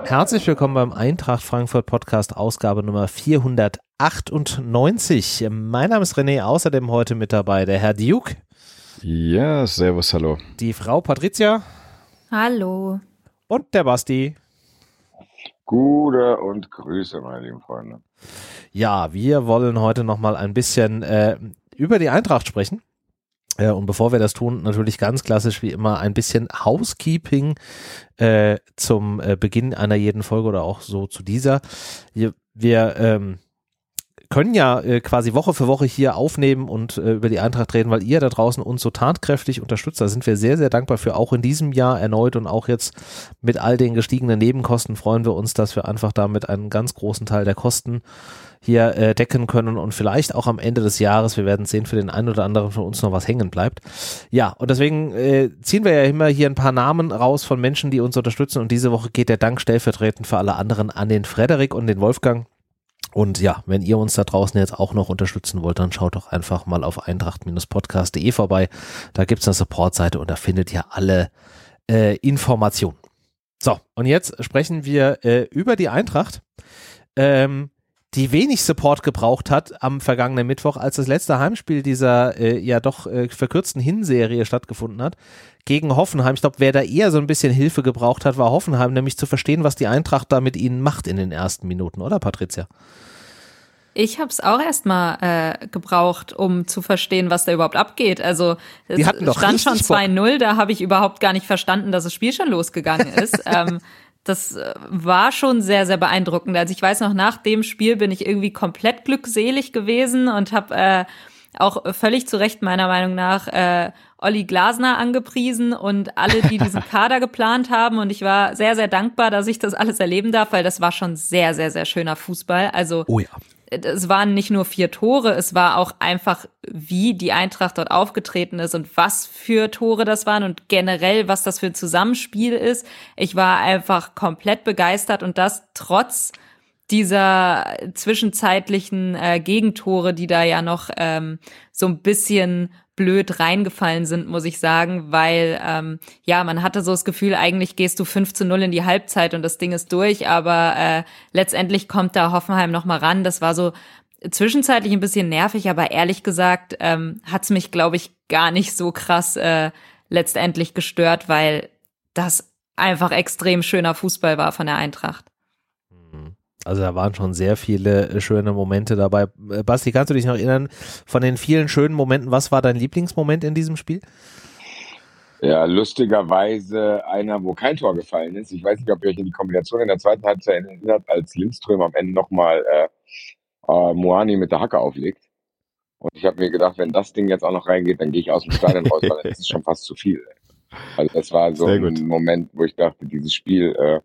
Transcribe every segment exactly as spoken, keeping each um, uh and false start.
Herzlich willkommen beim Eintracht Frankfurt Podcast, Ausgabe Nummer vierhundertachtundneunzig. Mein Name ist René, außerdem heute mit dabei der Herr Duke. Ja, servus, hallo. Die Frau Patricia. Hallo. Und der Basti. Gute und Grüße, meine lieben Freunde. Ja, wir wollen heute nochmal ein bisschen äh, über die Eintracht sprechen. Äh, und bevor wir das tun, natürlich ganz klassisch wie immer ein bisschen Housekeeping äh, zum äh, Beginn einer jeden Folge oder auch so zu dieser. Wir, wir ähm, können ja äh, quasi Woche für Woche hier aufnehmen und äh, über die Eintracht reden, weil ihr da draußen uns so tatkräftig unterstützt. Da sind wir sehr, sehr dankbar für, auch in diesem Jahr erneut und auch jetzt mit all den gestiegenen Nebenkosten freuen wir uns, dass wir einfach damit einen ganz großen Teil der Kosten hier äh, decken können und vielleicht auch am Ende des Jahres, wir werden sehen, für den einen oder anderen von uns noch was hängen bleibt. Ja, und deswegen äh, ziehen wir ja immer hier ein paar Namen raus von Menschen, die uns unterstützen, und diese Woche geht der Dank stellvertretend für alle anderen an den Frederik und den Wolfgang. Und ja, wenn ihr uns da draußen jetzt auch noch unterstützen wollt, dann schaut doch einfach mal auf eintracht Podcast punkt de vorbei. Da gibt's eine Supportseite und da findet ihr alle äh, Informationen. So, und jetzt sprechen wir äh, über die Eintracht, ähm, die wenig Support gebraucht hat am vergangenen Mittwoch, als das letzte Heimspiel dieser äh, ja doch äh, verkürzten Hinserie stattgefunden hat, gegen Hoffenheim. Ich glaube, wer da eher so ein bisschen Hilfe gebraucht hat, war Hoffenheim, nämlich zu verstehen, was die Eintracht da mit ihnen macht in den ersten Minuten, oder Patricia? Ich habe es auch erstmal äh, gebraucht, um zu verstehen, was da überhaupt abgeht. Also es stand schon zwei null, da habe ich überhaupt gar nicht verstanden, dass das Spiel schon losgegangen ist. ähm, das war schon sehr, sehr beeindruckend. Also ich weiß noch, nach dem Spiel bin ich irgendwie komplett glückselig gewesen und habe äh, auch völlig zu Recht meiner Meinung nach äh, Olli Glasner angepriesen und alle, die diesen Kader geplant haben. Und ich war sehr, sehr dankbar, dass ich das alles erleben darf, weil das war schon sehr, sehr, sehr schöner Fußball. Also oh ja. Es waren nicht nur vier Tore, es war auch einfach, wie die Eintracht dort aufgetreten ist und was für Tore das waren und generell, was das für ein Zusammenspiel ist. Ich war einfach komplett begeistert, und das trotz dieser zwischenzeitlichen äh, Gegentore, die da ja noch ähm, so ein bisschen blöd reingefallen sind, muss ich sagen, weil ähm, ja, man hatte so das Gefühl, eigentlich gehst du fünf zu null in die Halbzeit und das Ding ist durch, aber äh, letztendlich kommt da Hoffenheim noch mal ran. Das war so zwischenzeitlich ein bisschen nervig, aber ehrlich gesagt ähm, hat's mich, glaube ich, gar nicht so krass äh, letztendlich gestört, weil das einfach extrem schöner Fußball war von der Eintracht. Also da waren schon sehr viele schöne Momente dabei. Basti, kannst du dich noch erinnern, von den vielen schönen Momenten, was war dein Lieblingsmoment in diesem Spiel? Ja, lustigerweise einer, wo kein Tor gefallen ist. Ich weiß nicht, ob ihr euch in die Kombination in der zweiten Halbzeit erinnert, als Lindström am Ende nochmal äh, äh, Moani mit der Hacke auflegt. Und ich habe mir gedacht, wenn das Ding jetzt auch noch reingeht, dann gehe ich aus dem Stadion raus, weil das ist schon fast zu viel. Also das war so ein Moment, wo ich dachte, dieses Spiel äh,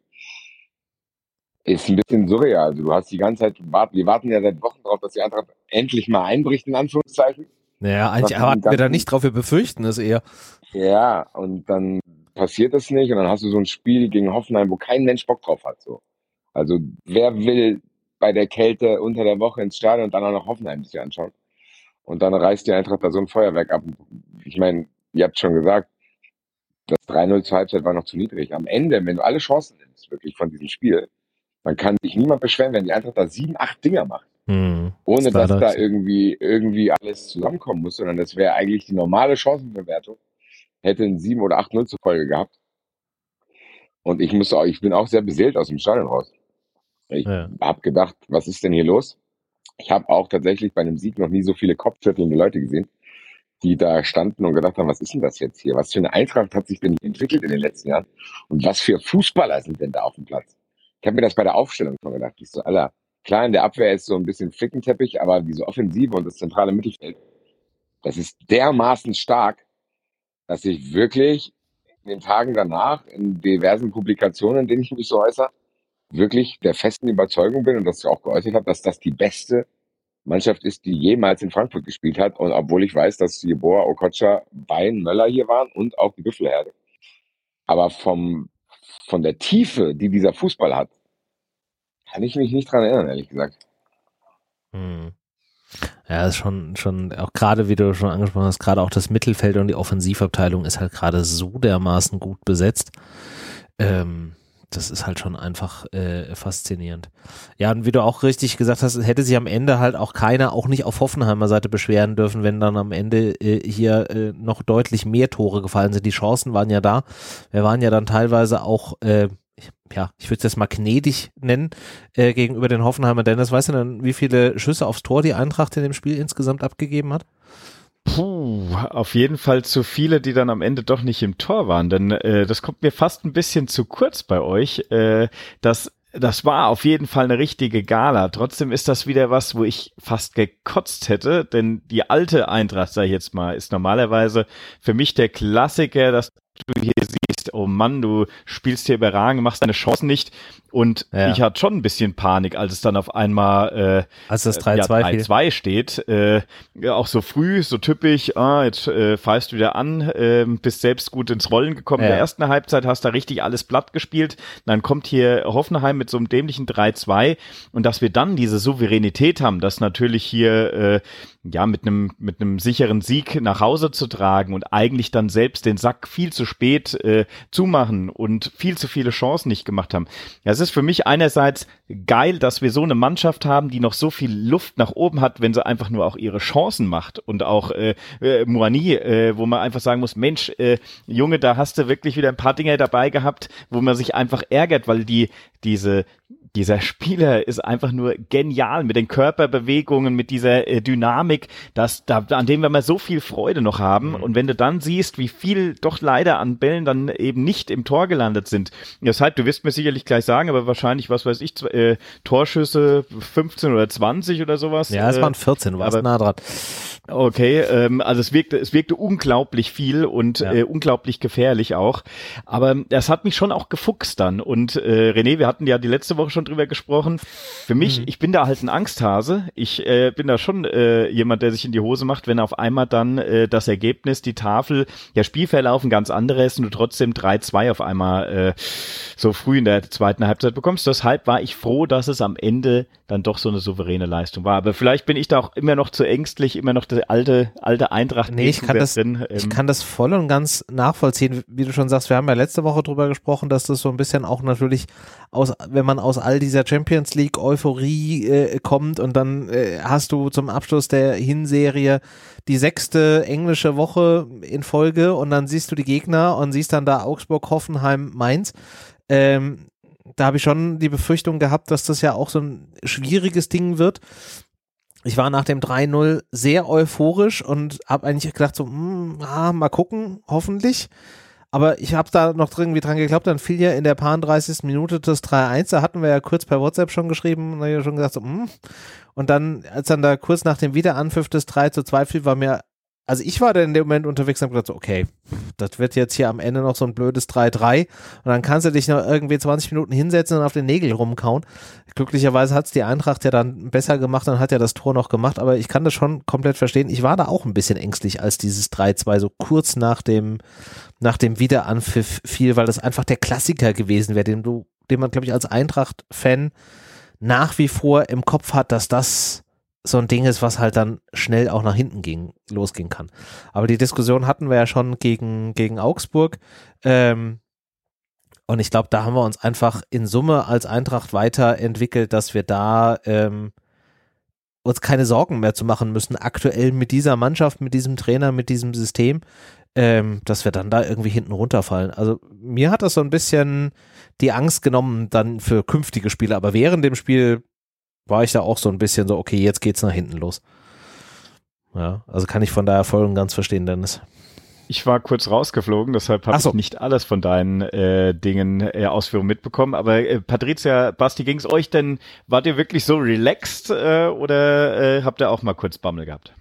ist ein bisschen surreal. Also du hast die ganze Zeit, wir warten ja seit Wochen drauf, dass die Eintracht endlich mal einbricht, in Anführungszeichen. Naja, eigentlich erwarten wir da nicht drauf, wir befürchten es eher. Ja, und dann passiert das nicht und dann hast du so ein Spiel gegen Hoffenheim, wo kein Mensch Bock drauf hat. So. Also wer will bei der Kälte unter der Woche ins Stadion und dann auch noch Hoffenheim sich anschauen? Und dann reißt die Eintracht da so ein Feuerwerk ab. Ich meine, ihr habt schon gesagt, das drei null zur Halbzeit war noch zu niedrig. Am Ende, wenn du alle Chancen nimmst, wirklich von diesem Spiel, man kann sich niemand beschweren, wenn die Eintracht da sieben, acht Dinger macht. Hm, ohne das dass da irgendwie, irgendwie alles zusammenkommen muss, sondern das wäre eigentlich die normale Chancenverwertung. Hätte ein sieben oder acht null zur Folge gehabt. Und ich muss auch, ich bin auch sehr beseelt aus dem Stadion raus. Ich ja. habe gedacht, was ist denn hier los? Ich habe auch tatsächlich bei einem Sieg noch nie so viele kopfschüttelnde Leute gesehen, die da standen und gedacht haben, was ist denn das jetzt hier? Was für eine Eintracht hat sich denn entwickelt in den letzten Jahren? Und was für Fußballer sind denn da auf dem Platz? Ich habe mir das bei der Aufstellung schon gedacht. Ich so, Alter, klar, in der Abwehr ist so ein bisschen Flickenteppich, aber diese Offensive und das zentrale Mittelfeld, das ist dermaßen stark, dass ich wirklich in den Tagen danach, in diversen Publikationen, in denen ich mich so äußere, wirklich der festen Überzeugung bin und das auch geäußert habe, dass das die beste Mannschaft ist, die jemals in Frankfurt gespielt hat. Und obwohl ich weiß, dass Jeboa, Okocha, Bein, Möller hier waren und auch die Büffelherde. Aber vom von der Tiefe, die dieser Fußball hat, kann ich mich nicht dran erinnern, ehrlich gesagt. Hm. Ja, ist schon, schon, auch gerade, wie du schon angesprochen hast, gerade auch das Mittelfeld und die Offensivabteilung ist halt gerade so dermaßen gut besetzt, ähm, das ist halt schon einfach äh, faszinierend. Ja, und wie du auch richtig gesagt hast, hätte sich am Ende halt auch keiner, auch nicht auf Hoffenheimer Seite beschweren dürfen, wenn dann am Ende äh, hier äh, noch deutlich mehr Tore gefallen sind. Die Chancen waren ja da. Wir waren ja dann teilweise auch, äh, ja, ich würde es jetzt mal gnädig nennen, äh, gegenüber den Hoffenheimer. Dennis, weißt du denn, wie viele Schüsse aufs Tor die Eintracht in dem Spiel insgesamt abgegeben hat? Puh, auf jeden Fall zu viele, die dann am Ende doch nicht im Tor waren, denn äh, das kommt mir fast ein bisschen zu kurz bei euch. Äh, das Das war auf jeden Fall eine richtige Gala. Trotzdem ist das wieder was, wo ich fast gekotzt hätte, denn die alte Eintracht, sag ich jetzt mal, ist normalerweise für mich der Klassiker, dass du hier siehst, oh Mann, du spielst hier überragend, machst deine Chancen nicht. Und ja. ich hatte schon ein bisschen Panik, als es dann auf einmal äh, als das drei zwei, ja, drei zwei steht. Äh, ja, auch so früh, so typisch, ah, jetzt äh, pfeifst du wieder an, äh, bist selbst gut ins Rollen gekommen. Ja. In der ersten Halbzeit hast du richtig alles platt gespielt. Dann kommt hier Hoffenheim mit so einem dämlichen drei zwei. Und dass wir dann diese Souveränität haben, das natürlich hier äh, ja mit einem mit einem sicheren Sieg nach Hause zu tragen und eigentlich dann selbst den Sack viel zu spät äh, zumachen und viel zu viele Chancen nicht gemacht haben. Ja, es ist für mich einerseits geil, dass wir so eine Mannschaft haben, die noch so viel Luft nach oben hat, wenn sie einfach nur auch ihre Chancen macht. Und auch äh, äh, Moani, äh, wo man einfach sagen muss, Mensch, äh, Junge, da hast du wirklich wieder ein paar Dinge dabei gehabt, wo man sich einfach ärgert, weil die diese dieser Spieler ist einfach nur genial mit den Körperbewegungen, mit dieser äh, Dynamik, dass da an dem wir mal so viel Freude noch haben. Mhm. Und wenn du dann siehst, wie viel doch leider an Bällen dann eben nicht im Tor gelandet sind. Deshalb, du wirst mir sicherlich gleich sagen, aber wahrscheinlich, was weiß ich, äh, Torschüsse fünfzehn oder zwanzig oder sowas. Ja, es waren vierzehn, du warst aber, nah dran. Okay, ähm, also es wirkte, es wirkte unglaublich viel und ja. äh, unglaublich gefährlich auch. Aber das hat mich schon auch gefuchst dann. Und äh, René, wir hatten ja die letzte Woche schon drüber gesprochen. Für mich, mhm. ich bin da halt ein Angsthase. Ich äh, bin da schon äh, jemand, der sich in die Hose macht, wenn auf einmal dann äh, das Ergebnis, die Tafel, der Spielverlauf ein ganz anderer ist und du trotzdem drei zwei auf einmal äh, so früh in der zweiten Halbzeit bekommst. Deshalb war ich froh, dass es am Ende dann doch so eine souveräne Leistung war. Aber vielleicht bin ich da auch immer noch zu ängstlich, immer noch der alte, alte Eintracht. Nee, ich kann das, drin. ich kann das voll und ganz nachvollziehen. Wie du schon sagst, wir haben ja letzte Woche drüber gesprochen, dass das so ein bisschen auch natürlich aus, wenn man aus all dieser Champions League Euphorie äh, kommt und dann äh, hast du zum Abschluss der Hinserie die sechste englische Woche in Folge und dann siehst du die Gegner und siehst dann da Augsburg, Hoffenheim, Mainz. Ähm, da habe ich schon die Befürchtung gehabt, dass das ja auch so ein schwieriges Ding wird. Ich war nach dem drei null sehr euphorisch und habe eigentlich gedacht so, mh, ah, mal gucken, hoffentlich. Aber ich habe da noch irgendwie dran geglaubt, dann fiel ja in der paarunddreißigsten Minute das drei eins, da hatten wir ja kurz per WhatsApp schon geschrieben und da habe ich schon gesagt so, mh. Und dann, als dann da kurz nach dem Wiederanpfiff des drei zu zwei fiel, war mir, also ich war dann in dem Moment unterwegs und habe gedacht so, okay, das wird jetzt hier am Ende noch so ein blödes drei drei und dann kannst du dich noch irgendwie zwanzig Minuten hinsetzen und auf den Nägel rumkauen. Glücklicherweise hat es die Eintracht ja dann besser gemacht und hat ja das Tor noch gemacht, aber ich kann das schon komplett verstehen. Ich war da auch ein bisschen ängstlich, als dieses drei zwei so kurz nach dem nach dem Wiederanpfiff fiel, weil das einfach der Klassiker gewesen wäre, den du, den man, glaube ich, als Eintracht-Fan nach wie vor im Kopf hat, dass das so ein Ding ist, was halt dann schnell auch nach hinten ging, losgehen kann. Aber die Diskussion hatten wir ja schon gegen, gegen Augsburg. Ähm, und ich glaube, da haben wir uns einfach in Summe als Eintracht weiterentwickelt, dass wir da ähm, uns keine Sorgen mehr zu machen müssen, aktuell mit dieser Mannschaft, mit diesem Trainer, mit diesem System, ähm, dass wir dann da irgendwie hinten runterfallen. Also mir hat das so ein bisschen die Angst genommen dann für künftige Spiele, aber während dem Spiel war ich da auch so ein bisschen so, okay, jetzt geht's nach hinten los. Ja, also kann ich von daher voll und ganz verstehen, Dennis. Ich war kurz rausgeflogen, deshalb habe so. ich nicht alles von deinen äh, Dingen, äh, Ausführungen mitbekommen. Aber äh, Patrizia, Basti, ging's euch denn, wart ihr wirklich so relaxed äh, oder äh, habt ihr auch mal kurz Bammel gehabt?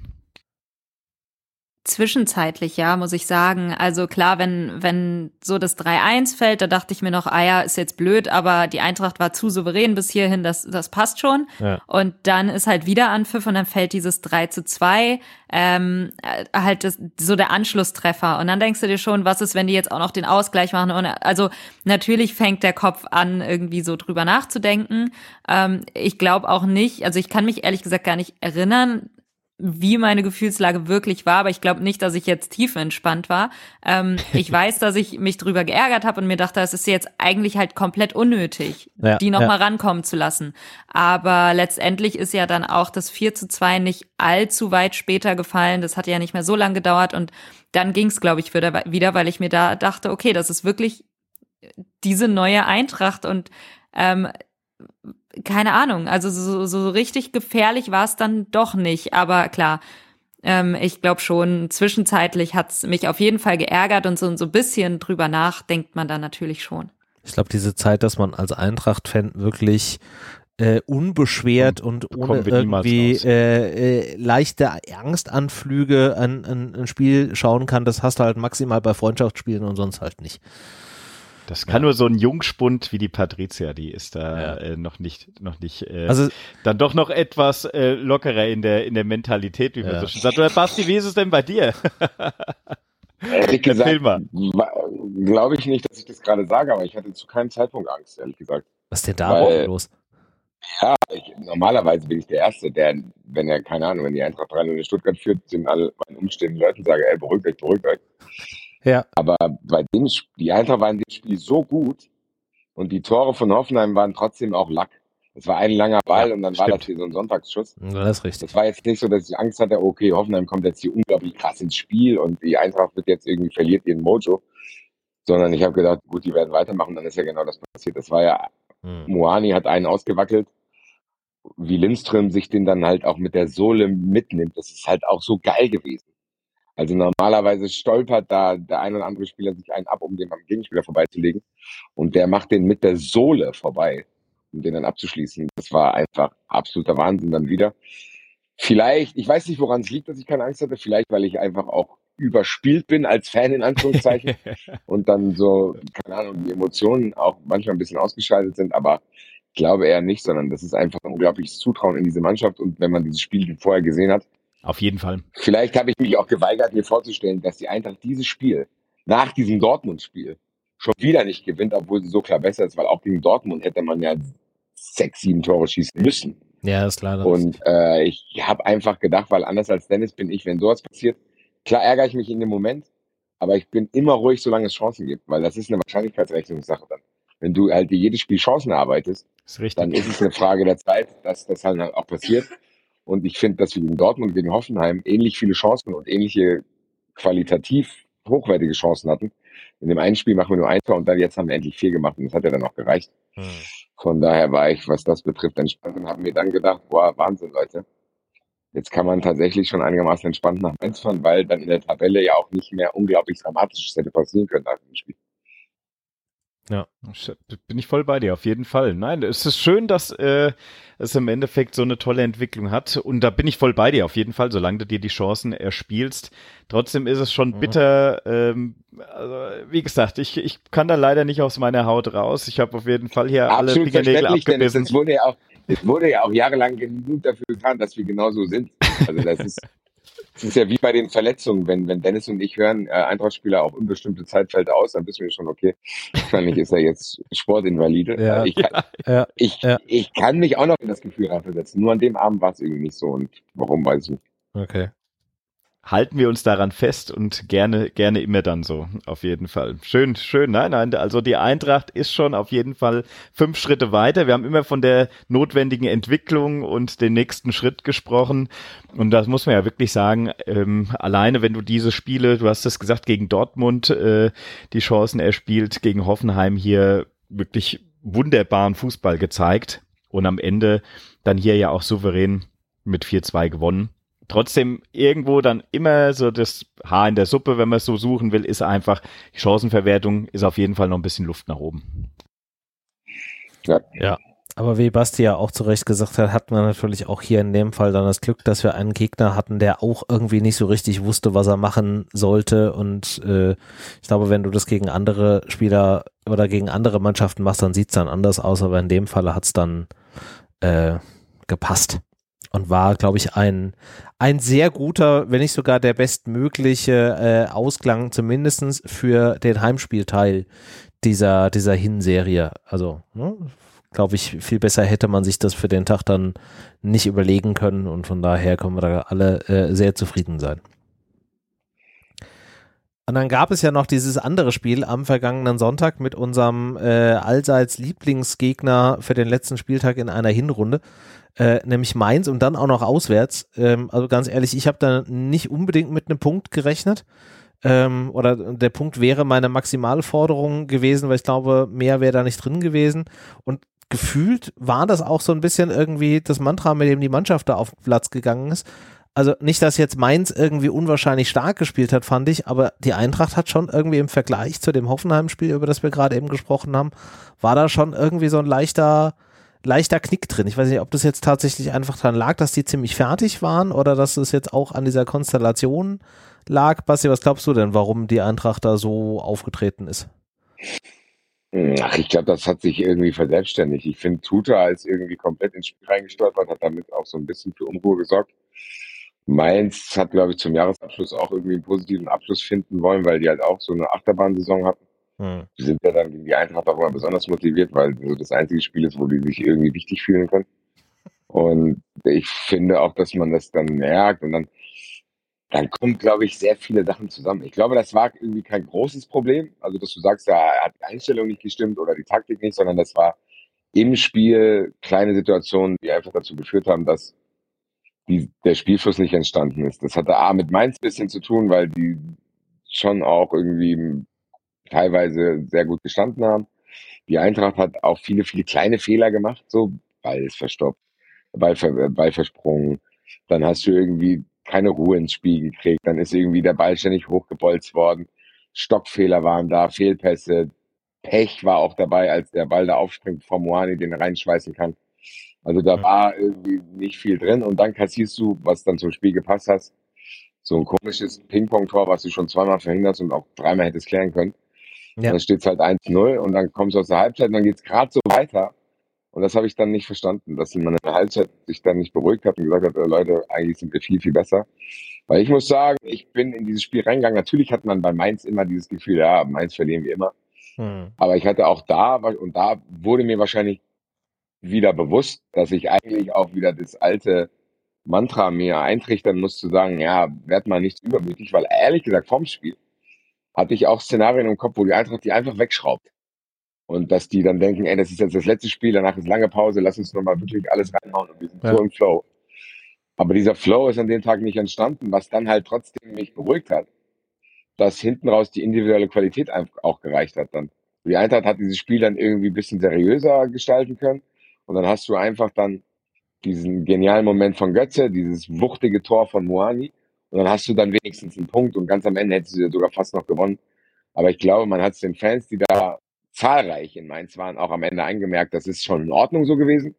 Zwischenzeitlich, ja, muss ich sagen. Also klar, wenn wenn so das drei eins fällt, da dachte ich mir noch, ah ja, ist jetzt blöd, aber die Eintracht war zu souverän bis hierhin, das das passt schon. Ja. Und dann ist halt wieder Anpfiff und dann fällt dieses drei zu zwei, ähm, halt das, so der Anschlusstreffer. Und dann denkst du dir schon, was ist, wenn die jetzt auch noch den Ausgleich machen? Und also natürlich fängt der Kopf an, irgendwie so drüber nachzudenken. Ähm, ich glaube auch nicht, also ich kann mich ehrlich gesagt gar nicht erinnern, wie meine Gefühlslage wirklich war, aber ich glaube nicht, dass ich jetzt tiefenentspannt war. Ähm, ich weiß, dass ich mich drüber geärgert habe und mir dachte, es ist jetzt eigentlich halt komplett unnötig, ja, die nochmal ja. rankommen zu lassen. Aber letztendlich ist ja dann auch das vier zu zwei nicht allzu weit später gefallen. Das hat ja nicht mehr so lange gedauert und dann ging es, glaube ich, wieder, wieder, weil ich mir da dachte, okay, das ist wirklich diese neue Eintracht und ähm, keine Ahnung, also so, so richtig gefährlich war es dann doch nicht, aber klar, ähm, ich glaube schon, zwischenzeitlich hat es mich auf jeden Fall geärgert und so, so ein bisschen drüber nachdenkt man dann natürlich schon. Ich glaube, diese Zeit, dass man als Eintracht-Fan wirklich äh, unbeschwert und ohne irgendwie äh, äh, leichte Angstanflüge an, an ein Spiel schauen kann, das hast du halt maximal bei Freundschaftsspielen und sonst halt nicht. Das kann ja. nur so ein Jungspund wie die Patricia, die ist da ja. äh, noch nicht, noch nicht, äh, also, dann doch noch etwas äh, lockerer in der in der Mentalität, wie man ja. so schön sagt. Oder Basti, wie ist es denn bei dir? Ehrlich gesagt, glaube ich nicht, dass ich das gerade sage, aber ich hatte zu keinem Zeitpunkt Angst, ehrlich gesagt. Was ist denn da Weil, los? Ja, ich, normalerweise bin ich der Erste, der, wenn er, keine Ahnung, wenn die Eintracht drei null in Stuttgart führt, sind alle meinen umstehenden Leuten sage, ey, beruhigt euch, beruhigt euch. Ja. Aber bei dem, die Eintracht war in dem Spiel so gut und die Tore von Hoffenheim waren trotzdem auch Lack. Das war ein langer Ball ja, und dann stimmt. war das hier so ein Sonntagsschuss. Ja, das ist richtig. Das war jetzt nicht so, dass ich Angst hatte, okay, Hoffenheim kommt jetzt hier unglaublich krass ins Spiel und die Eintracht wird jetzt irgendwie verliert ihren Mojo. Sondern ich habe gedacht, gut, die werden weitermachen, dann ist ja genau das passiert. Das war ja, hm. Moani hat einen ausgewackelt, wie Lindström sich den dann halt auch mit der Sohle mitnimmt. Das ist halt auch so geil gewesen. Also normalerweise stolpert da der ein oder andere Spieler sich einen ab, um den am Gegenspieler vorbeizulegen. Und der macht den mit der Sohle vorbei, um den dann abzuschließen. Das war einfach absoluter Wahnsinn dann wieder. Vielleicht, ich weiß nicht, woran es liegt, dass ich keine Angst hatte. Vielleicht, weil ich einfach auch überspielt bin als Fan in Anführungszeichen und dann so, keine Ahnung, die Emotionen auch manchmal ein bisschen ausgeschaltet sind. Aber ich glaube eher nicht, sondern das ist einfach ein unglaubliches Zutrauen in diese Mannschaft. Und wenn man dieses Spiel vorher gesehen hat, auf jeden Fall. Vielleicht habe ich mich auch geweigert, mir vorzustellen, dass die Eintracht dieses Spiel nach diesem Dortmund-Spiel schon wieder nicht gewinnt, obwohl sie so klar besser ist, weil auch gegen Dortmund hätte man ja sechs, sieben Tore schießen müssen. Ja, ist klar. Und äh, ich habe einfach gedacht, weil anders als Dennis bin ich, wenn sowas passiert, klar ärgere ich mich in dem Moment, aber ich bin immer ruhig, solange es Chancen gibt, weil das ist eine Wahrscheinlichkeitsrechnungssache dann. Wenn du halt dir jedes Spiel Chancen erarbeitest, ist dann ist es eine Frage der Zeit, dass das halt auch passiert. Und ich finde, dass wir gegen Dortmund und gegen Hoffenheim ähnlich viele Chancen und ähnliche qualitativ hochwertige Chancen hatten. In dem einen Spiel machen wir nur ein Tor und dann jetzt haben wir endlich vier gemacht und das hat ja dann auch gereicht. Hm. Von daher war ich, was das betrifft, entspannt und habe mir dann gedacht, boah, Wahnsinn, Leute. Jetzt kann man tatsächlich schon einigermaßen entspannt nach Mainz fahren, weil dann in der Tabelle ja auch nicht mehr unglaublich Dramatisches hätte passieren können nach dem Spiel. Ja, bin ich voll bei dir, auf jeden Fall. Nein, es ist schön, dass äh, es im Endeffekt so eine tolle Entwicklung hat und da bin ich voll bei dir, auf jeden Fall, solange du dir die Chancen erspielst. Trotzdem ist es schon bitter, ähm, also, wie gesagt, ich, ich kann da leider nicht aus meiner Haut raus. Ich habe auf jeden Fall hier Absolut alle Fingernägel abgebissen. Es wurde ja auch, es wurde ja auch jahrelang genug dafür getan, dass wir genauso sind. Also das ist Es ist ja wie bei den Verletzungen, wenn, wenn Dennis und ich hören, äh, Eintracht-Spieler auf unbestimmte Zeit fällt aus, dann wissen wir schon, okay, wahrscheinlich ist er jetzt Sportinvalide. Ja, ich, kann, ja, ich, ja. ich kann mich auch noch in das Gefühl reinversetzen. Nur an dem Abend war es irgendwie nicht so und warum, weiß ich nicht. Okay. Halten wir uns daran fest und gerne, gerne immer dann so, auf jeden Fall. Schön, schön, nein, nein, also die Eintracht ist schon auf jeden Fall fünf Schritte weiter. Wir haben immer von der notwendigen Entwicklung und den nächsten Schritt gesprochen und das muss man ja wirklich sagen, ähm, alleine wenn du diese Spiele, du hast es gesagt, gegen Dortmund äh, die Chancen erspielt, gegen Hoffenheim hier wirklich wunderbaren Fußball gezeigt und am Ende dann hier ja auch souverän mit vier zwei gewonnen. Trotzdem irgendwo dann immer so das Haar in der Suppe, wenn man es so suchen will, ist einfach, die Chancenverwertung ist auf jeden Fall noch ein bisschen Luft nach oben. Ja, ja. Aber wie Basti ja auch zu Recht gesagt hat, hatten wir natürlich auch hier in dem Fall dann das Glück, dass wir einen Gegner hatten, der auch irgendwie nicht so richtig wusste, was er machen sollte. Und äh, ich glaube, wenn du das gegen andere Spieler oder gegen andere Mannschaften machst, dann sieht es dann anders aus. Aber in dem Fall hat es dann äh, gepasst. Und war, glaube ich, ein ein sehr guter, wenn nicht sogar der bestmögliche äh, Ausklang, zumindest für den Heimspielteil dieser, dieser Hinserie. Also, ne, glaube ich, viel besser hätte man sich das für den Tag dann nicht überlegen können und von daher können wir da alle äh, sehr zufrieden sein. Und dann gab es ja noch dieses andere Spiel am vergangenen Sonntag mit unserem äh, allseits Lieblingsgegner für den letzten Spieltag in einer Hinrunde, äh, nämlich Mainz und dann auch noch auswärts. Ähm, also ganz ehrlich, ich habe da nicht unbedingt mit einem Punkt gerechnet. Ähm, oder der Punkt wäre meine Maximalforderung gewesen, weil ich glaube, mehr wäre da nicht drin gewesen. Und gefühlt war das auch so ein bisschen irgendwie das Mantra, mit dem die Mannschaft da auf den Platz gegangen ist. Also nicht, dass jetzt Mainz irgendwie unwahrscheinlich stark gespielt hat, fand ich, aber die Eintracht hat schon irgendwie im Vergleich zu dem Hoffenheim-Spiel, über das wir gerade eben gesprochen haben, war da schon irgendwie so ein leichter, leichter Knick drin. Ich weiß nicht, ob das jetzt tatsächlich einfach dran lag, dass die ziemlich fertig waren oder dass es jetzt auch an dieser Konstellation lag. Basti, was glaubst du denn, warum die Eintracht da so aufgetreten ist? Ach, ich glaube, das hat sich irgendwie verselbstständigt. Ich finde, Tuta ist irgendwie komplett ins Spiel reingestolpert, hat damit auch so ein bisschen für Unruhe gesorgt. Mainz hat, glaube ich, zum Jahresabschluss auch irgendwie einen positiven Abschluss finden wollen, weil die halt auch so eine Achterbahnsaison hatten. Hm. Die sind ja dann gegen die Eintracht auch immer besonders motiviert, weil so das einzige Spiel ist, wo die sich irgendwie wichtig fühlen können. Und ich finde auch, dass man das dann merkt und dann, dann kommen, glaube ich, sehr viele Sachen zusammen. Ich glaube, das war irgendwie kein großes Problem. Also, dass du sagst, ja, hat die Einstellung nicht gestimmt oder die Taktik nicht, sondern das war im Spiel kleine Situationen, die einfach dazu geführt haben, dass die, der Spielfluss nicht entstanden ist. Das hatte A mit Mainz ein bisschen zu tun, weil die schon auch irgendwie teilweise sehr gut gestanden haben. Die Eintracht hat auch viele, viele kleine Fehler gemacht, so Ball ist verstopft, Ball, Ball versprungen, dann hast du irgendwie keine Ruhe ins Spiel gekriegt, dann ist irgendwie der Ball ständig hochgebolzt worden, Stockfehler waren da, Fehlpässe, Pech war auch dabei, als der Ball da aufspringt, vor Moani den reinschweißen kann. Also da war irgendwie nicht viel drin und dann kassierst du, was dann zum Spiel gepasst hast, so ein komisches Ping-Pong-Tor, was du schon zweimal verhinderst und auch dreimal hättest klären können. Ja. Dann steht es halt eins null und dann kommst du aus der Halbzeit und dann geht es gerade so weiter. Und das habe ich dann nicht verstanden, dass man in der Halbzeit sich dann nicht beruhigt hat und gesagt hat, Leute, eigentlich sind wir viel, viel besser. Weil ich muss sagen, ich bin in dieses Spiel reingegangen. Natürlich hat man bei Mainz immer dieses Gefühl, ja, Mainz verlieren wir immer. Hm. Aber ich hatte auch da, und da wurde mir wahrscheinlich wieder bewusst, dass ich eigentlich auch wieder das alte Mantra mir eintrichtern muss, zu sagen, ja, werd mal nicht übermütig, weil ehrlich gesagt, vorm Spiel hatte ich auch Szenarien im Kopf, wo die Eintracht die einfach wegschraubt. Und dass die dann denken, ey, das ist jetzt das letzte Spiel, danach ist lange Pause, lass uns nochmal wirklich alles reinhauen und wir sind ja so im Flow. Aber dieser Flow ist an dem Tag nicht entstanden, was dann halt trotzdem mich beruhigt hat, dass hinten raus die individuelle Qualität auch gereicht hat dann. Die Eintracht hat dieses Spiel dann irgendwie ein bisschen seriöser gestalten können und dann hast du einfach dann diesen genialen Moment von Götze, dieses wuchtige Tor von Moani und dann hast du dann wenigstens einen Punkt und ganz am Ende hättest du sogar fast noch gewonnen. Aber ich glaube, man hat es den Fans, die da zahlreich in Mainz waren, auch am Ende eingemerkt, das ist schon in Ordnung so gewesen.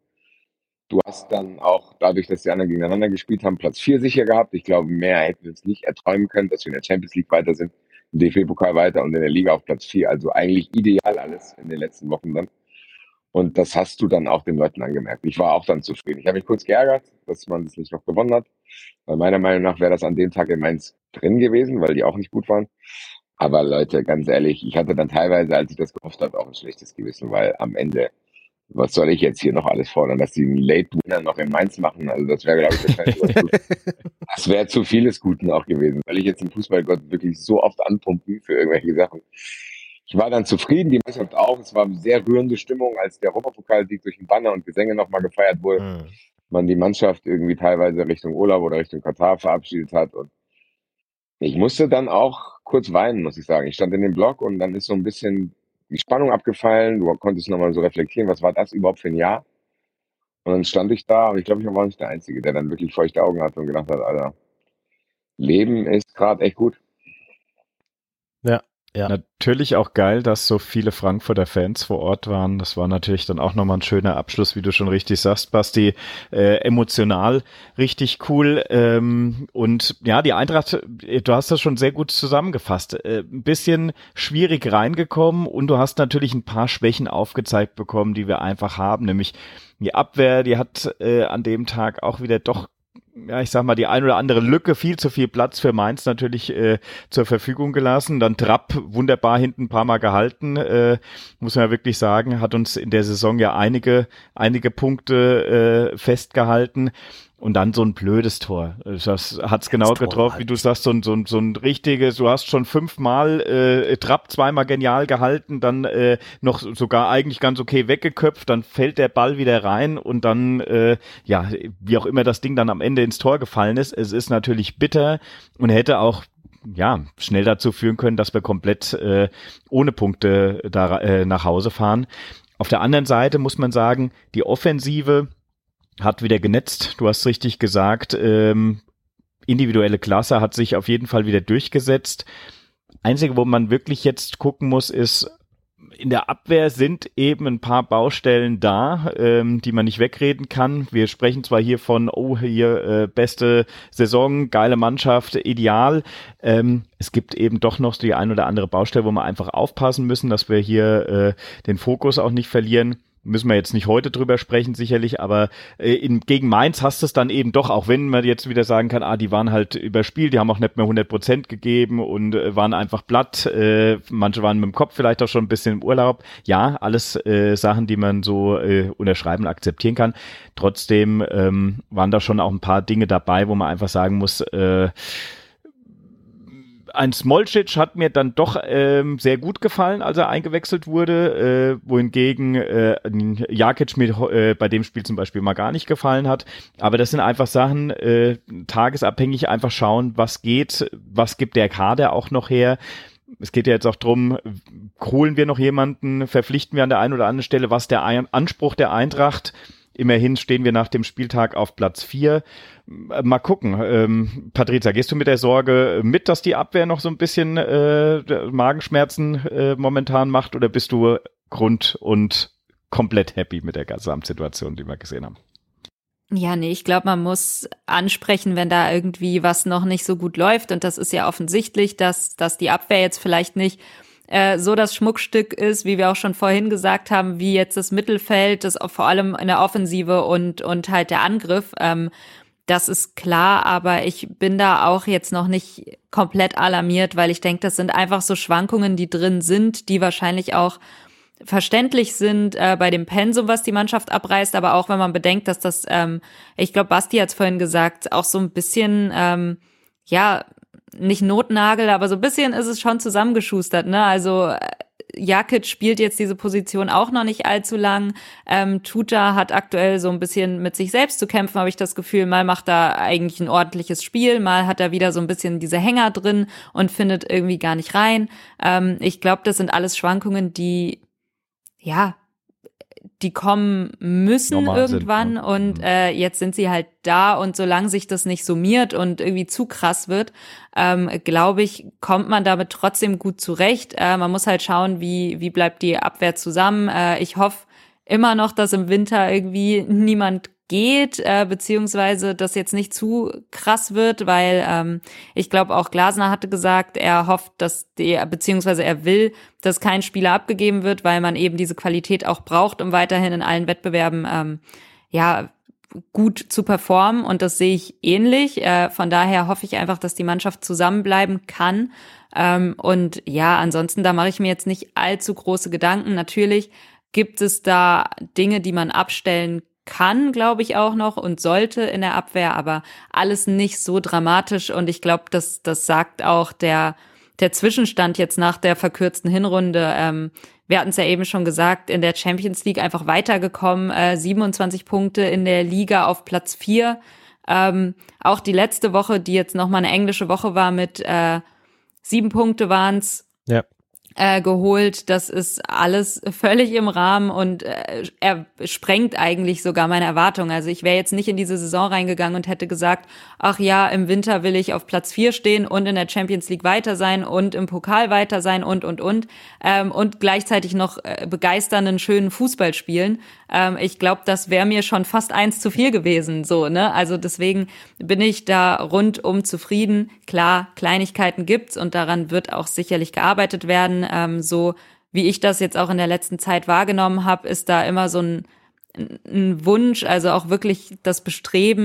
Du hast dann auch, dadurch, dass die anderen gegeneinander gespielt haben, Platz vier sicher gehabt. Ich glaube, mehr hätten wir uns nicht erträumen können, dass wir in der Champions League weiter sind, im D F B-Pokal weiter und in der Liga auf Platz vier. Also eigentlich ideal alles in den letzten Wochen dann. Und das hast du dann auch den Leuten angemerkt. Ich war auch dann zufrieden. Ich habe mich kurz geärgert, dass man das nicht noch gewonnen hat. Weil meiner Meinung nach wäre das an dem Tag in Mainz drin gewesen, weil die auch nicht gut waren. Aber Leute, ganz ehrlich, ich hatte dann teilweise, als ich das gehofft habe, auch ein schlechtes Gewissen, weil am Ende, was soll ich jetzt hier noch alles fordern, dass die einen Late-Winner noch in Mainz machen? Also das wäre, glaube ich, wahrscheinlich das wäre zu vieles Guten auch gewesen, weil ich jetzt den Fußballgott wirklich so oft anpumpen für irgendwelche Sachen. Ich war dann zufrieden, die Mannschaft auch. Es war eine sehr rührende Stimmung, als der Europapokalsieg durch den Banner und Gesänge nochmal gefeiert wurde. Mhm. Man die Mannschaft irgendwie teilweise Richtung Urlaub oder Richtung Katar verabschiedet hat und ich musste dann auch kurz weinen, muss ich sagen. Ich stand in dem Block und dann ist so ein bisschen die Spannung abgefallen. Du konntest nochmal so reflektieren, was war das überhaupt für ein Jahr? Und dann stand ich da und ich glaube, ich war auch nicht der Einzige, der dann wirklich feuchte Augen hatte und gedacht hat, Alter, Leben ist gerade echt gut. Ja. Ja. Natürlich auch geil, dass so viele Frankfurter Fans vor Ort waren. Das war natürlich dann auch nochmal ein schöner Abschluss, wie du schon richtig sagst, Basti. Äh, emotional richtig cool. Ähm, und ja, die Eintracht, du hast das schon sehr gut zusammengefasst. Äh, ein bisschen schwierig reingekommen und du hast natürlich ein paar Schwächen aufgezeigt bekommen, die wir einfach haben. Nämlich die Abwehr, die hat äh, an dem Tag auch wieder doch ja, ich sag mal, die ein oder andere Lücke, viel zu viel Platz für Mainz natürlich äh, zur Verfügung gelassen. Dann Trapp wunderbar hinten ein paar Mal gehalten, äh, muss man ja wirklich sagen, hat uns in der Saison ja einige einige Punkte äh, festgehalten. Und dann so ein blödes Tor. Das hat's genau getroffen, wie du sagst, so ein, so ein, so ein richtiges, du hast schon fünfmal äh, Trapp zweimal genial gehalten, dann äh, noch sogar eigentlich ganz okay weggeköpft, dann fällt der Ball wieder rein und dann, äh, ja, wie auch immer das Ding dann am Ende ins Tor gefallen ist, es ist natürlich bitter und hätte auch ja schnell dazu führen können, dass wir komplett äh, ohne Punkte da äh, nach Hause fahren. Auf der anderen Seite muss man sagen, die Offensive hat wieder genetzt, du hast richtig gesagt, ähm, individuelle Klasse hat sich auf jeden Fall wieder durchgesetzt. Einzige, wo man wirklich jetzt gucken muss, ist, in der Abwehr sind eben ein paar Baustellen da, ähm, die man nicht wegreden kann. Wir sprechen zwar hier von, oh, hier äh, beste Saison, geile Mannschaft, ideal. Ähm, es gibt eben doch noch die ein oder andere Baustelle, wo wir einfach aufpassen müssen, dass wir hier äh, den Fokus auch nicht verlieren. Müssen wir jetzt nicht heute drüber sprechen, sicherlich, aber äh, in, gegen Mainz hast du es dann eben doch, auch wenn man jetzt wieder sagen kann, ah, die waren halt überspielt, die haben auch nicht mehr hundert Prozent gegeben und äh, waren einfach platt, äh, manche waren mit dem Kopf vielleicht auch schon ein bisschen im Urlaub. Ja, alles äh, Sachen, die man so äh, unterschreiben, akzeptieren kann. Trotzdem ähm, waren da schon auch ein paar Dinge dabei, wo man einfach sagen muss, äh, ein Smolcic hat mir dann doch ähm, sehr gut gefallen, als er eingewechselt wurde, äh, wohingegen äh, Jakic mir äh, bei dem Spiel zum Beispiel mal gar nicht gefallen hat. Aber das sind einfach Sachen, äh, tagesabhängig einfach schauen, was geht, was gibt der Kader auch noch her. Es geht ja jetzt auch drum, holen wir noch jemanden, verpflichten wir an der einen oder anderen Stelle, was der Ein- Anspruch der Eintracht. Immerhin stehen wir nach dem Spieltag auf Platz vier. Mal gucken. Ähm, Patrizia, gehst du mit der Sorge mit, dass die Abwehr noch so ein bisschen äh, Magenschmerzen äh, momentan macht, oder bist du Grund und komplett happy mit der Gesamtsituation, die wir gesehen haben? Ja, nee, ich glaube, man muss ansprechen, wenn da irgendwie was noch nicht so gut läuft. Und das ist ja offensichtlich, dass, dass die Abwehr jetzt vielleicht nicht äh, so das Schmuckstück ist, wie wir auch schon vorhin gesagt haben, wie jetzt das Mittelfeld, das auch vor allem in der Offensive und, und halt der Angriff. Ähm, Das ist klar, aber ich bin da auch jetzt noch nicht komplett alarmiert, weil ich denke, das sind einfach so Schwankungen, die drin sind, die wahrscheinlich auch verständlich sind äh, bei dem Pensum, was die Mannschaft abreißt, aber auch wenn man bedenkt, dass das, ähm, ich glaube, Basti hat es vorhin gesagt, auch so ein bisschen, ähm, ja, nicht Notnagel, aber so ein bisschen ist es schon zusammengeschustert, ne? Also äh, Jakic spielt jetzt diese Position auch noch nicht allzu lang. Ähm, Tuta hat aktuell so ein bisschen mit sich selbst zu kämpfen, habe ich das Gefühl. Mal macht er eigentlich ein ordentliches Spiel, mal hat er wieder so ein bisschen diese Hänger drin und findet irgendwie gar nicht rein. Ähm, ich glaube, das sind alles Schwankungen, die, ja, die kommen müssen Normal irgendwann sind, ne? Und äh, jetzt sind sie halt da, und solange sich das nicht summiert und irgendwie zu krass wird, ähm, glaube ich, kommt man damit trotzdem gut zurecht. Äh, man muss halt schauen, wie wie bleibt die Abwehr zusammen. Äh, ich hoffe immer noch, dass im Winter irgendwie niemand geht, äh, beziehungsweise das jetzt nicht zu krass wird, weil ähm, ich glaube auch Glasner hatte gesagt, er hofft, dass die, beziehungsweise er will, dass kein Spieler abgegeben wird, weil man eben diese Qualität auch braucht, um weiterhin in allen Wettbewerben ähm, ja gut zu performen, und das sehe ich ähnlich. Äh, von daher hoffe ich einfach, dass die Mannschaft zusammenbleiben kann. Ähm, und ja, ansonsten, da mache ich mir jetzt nicht allzu große Gedanken. Natürlich gibt es da Dinge, die man abstellen kann, glaube ich, auch noch und sollte in der Abwehr, aber alles nicht so dramatisch, und ich glaube, das das sagt auch der der Zwischenstand jetzt nach der verkürzten Hinrunde. Ähm, wir hatten es ja eben schon gesagt, in der Champions League einfach weitergekommen, äh, siebenundzwanzig Punkte in der Liga auf Platz vier. Ähm, auch die letzte Woche, die jetzt nochmal eine englische Woche war, mit äh, sieben Punkte waren's. Ja. Äh, geholt. Das ist alles völlig im Rahmen, und äh, er sprengt eigentlich sogar meine Erwartungen. Also ich wäre jetzt nicht in diese Saison reingegangen und hätte gesagt, ach ja, im Winter will ich auf Platz vier stehen und in der Champions League weiter sein und im Pokal weiter sein und, und, und. Ähm, und gleichzeitig noch äh, begeisternden, schönen Fußball spielen. Ähm, ich glaube, das wäre mir schon fast eins zu viel gewesen, so, ne? Also deswegen bin ich da rundum zufrieden. Klar, Kleinigkeiten gibt's, und daran wird auch sicherlich gearbeitet werden. Ähm, so wie ich das jetzt auch in der letzten Zeit wahrgenommen habe, ist da immer so ein, ein Wunsch, also auch wirklich das Bestreben,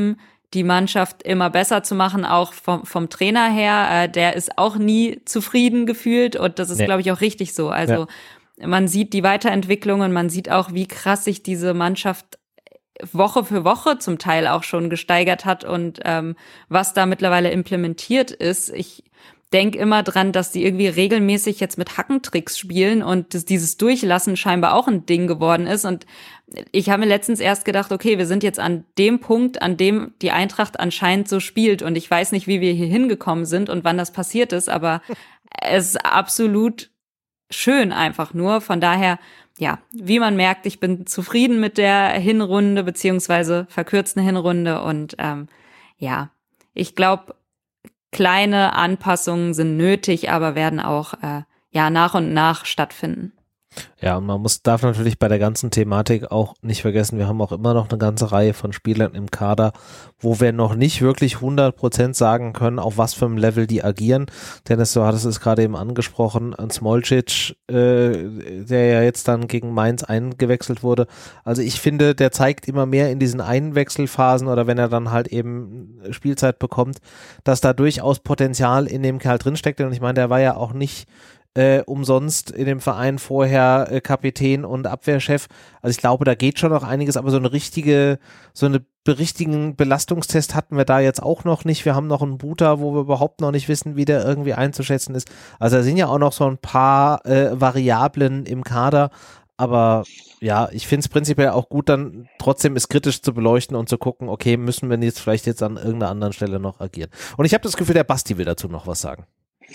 die Mannschaft immer besser zu machen, auch vom, vom Trainer her. Äh, der ist auch nie zufrieden gefühlt und das ist, nee. glaube ich, auch richtig so. Also ja. man sieht die Weiterentwicklung und man sieht auch, wie krass sich diese Mannschaft Woche für Woche zum Teil auch schon gesteigert hat und ähm, was da mittlerweile implementiert ist. Ich denke immer dran, dass die irgendwie regelmäßig jetzt mit Hackentricks spielen und dass dieses Durchlassen scheinbar auch ein Ding geworden ist. Und ich habe mir letztens erst gedacht, okay, wir sind jetzt an dem Punkt, an dem die Eintracht anscheinend so spielt. Und ich weiß nicht, wie wir hier hingekommen sind und wann das passiert ist, aber es ist absolut schön einfach nur. Von daher, ja, wie man merkt, ich bin zufrieden mit der Hinrunde beziehungsweise verkürzten Hinrunde. Und ähm, ja, ich glaube, kleine Anpassungen sind nötig, aber werden auch äh, ja nach und nach stattfinden. Ja, und man muss, darf natürlich bei der ganzen Thematik auch nicht vergessen, wir haben auch immer noch eine ganze Reihe von Spielern im Kader, wo wir noch nicht wirklich hundert Prozent sagen können, auf was für einem Level die agieren. Dennis, du hattest es gerade eben angesprochen, Smolcic, äh, der ja jetzt dann gegen Mainz eingewechselt wurde. Also ich finde, der zeigt immer mehr in diesen Einwechselphasen oder wenn er dann halt eben Spielzeit bekommt, dass da durchaus Potenzial in dem Kerl drinsteckt. Und ich meine, der war ja auch nicht Äh, umsonst in dem Verein vorher äh, Kapitän und Abwehrchef. Also ich glaube, da geht schon noch einiges, aber so eine richtige, so eine richtigen Belastungstest hatten wir da jetzt auch noch nicht. Wir haben noch einen Buta, wo wir überhaupt noch nicht wissen, wie der irgendwie einzuschätzen ist. Also da sind ja auch noch so ein paar äh, Variablen im Kader, aber ja, ich finde es prinzipiell auch gut, dann trotzdem es kritisch zu beleuchten und zu gucken, okay, müssen wir jetzt vielleicht jetzt an irgendeiner anderen Stelle noch agieren. Und ich habe das Gefühl, der Basti will dazu noch was sagen.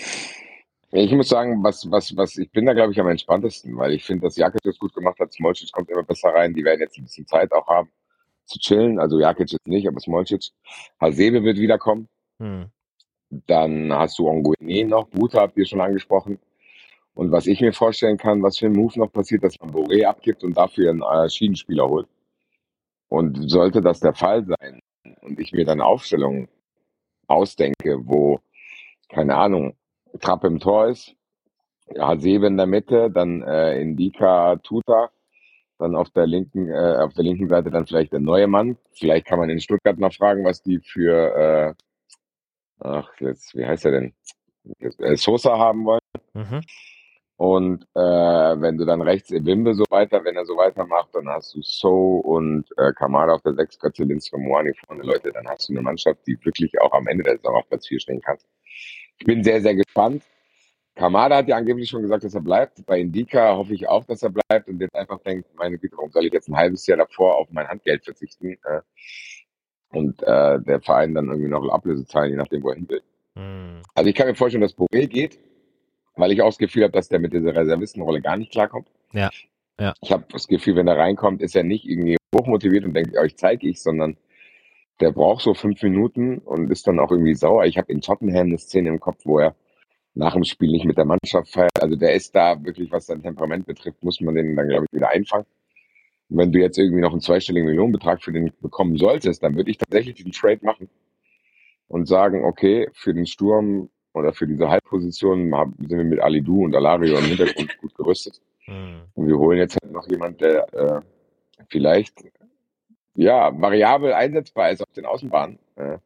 Ich muss sagen, was, was, was, ich bin da, glaube ich, am entspanntesten, weil ich finde, dass Jakic das gut gemacht hat. Smolcic kommt immer besser rein. Die werden jetzt ein bisschen Zeit auch haben zu chillen. Also Jakic jetzt nicht, aber Smolcic. Hasebe wird wiederkommen. Hm. Dann hast du Onguene noch. Buta habt ihr schon angesprochen. Und was ich mir vorstellen kann, was für ein Move noch passiert, dass man Boré abgibt und dafür einen äh, Schiedenspieler holt. Und sollte das der Fall sein und ich mir dann Aufstellungen ausdenke, wo, keine Ahnung, Trapp im Tor ist, Hasebe in der Mitte, dann äh, Indika, Tuta, dann auf der linken äh, auf der linken Seite dann vielleicht der neue Mann. Vielleicht kann man in Stuttgart noch fragen, was die für äh, ach jetzt wie heißt er denn äh, Sosa haben wollen. Mhm. Und äh, wenn du dann rechts Ebimbe so weiter, wenn er so weitermacht, dann hast du So und äh, Kamada auf der sechs, Götze, Lindström, Moani vorne, Leute, dann hast du eine Mannschaft, die wirklich auch am Ende der Saison auf Platz vier stehen kann. Ich bin sehr, sehr gespannt. Kamada hat ja angeblich schon gesagt, dass er bleibt. Bei Indika hoffe ich auch, dass er bleibt und jetzt einfach denkt, meine Güte, warum soll ich jetzt ein halbes Jahr davor auf mein Handgeld verzichten äh, und äh, der Verein dann irgendwie noch Ablöse zahlen, je nachdem, wo er hin will. Mhm. Also ich kann mir vorstellen, dass Boré geht, weil ich auch das Gefühl habe, dass der mit dieser Reservistenrolle gar nicht klarkommt. Ja. Ja. Ich habe das Gefühl, wenn er reinkommt, ist er nicht irgendwie hochmotiviert und denkt, euch zeige ich, sondern der braucht so fünf Minuten und ist dann auch irgendwie sauer. Ich habe in Tottenham eine Szene im Kopf, wo er nach dem Spiel nicht mit der Mannschaft feiert. Also der ist da wirklich, was sein Temperament betrifft, muss man den dann, glaube ich, wieder einfangen. Und wenn du jetzt irgendwie noch einen zweistelligen Millionenbetrag für den bekommen solltest, dann würde ich tatsächlich diesen Trade machen und sagen, okay, für den Sturm oder für diese Halbposition sind wir mit Alidou und Alario im Hintergrund gut gerüstet. Mhm. Und wir holen jetzt halt noch jemand, der äh, vielleicht ja, variabel einsetzbar ist auf den Außenbahnen. Äh,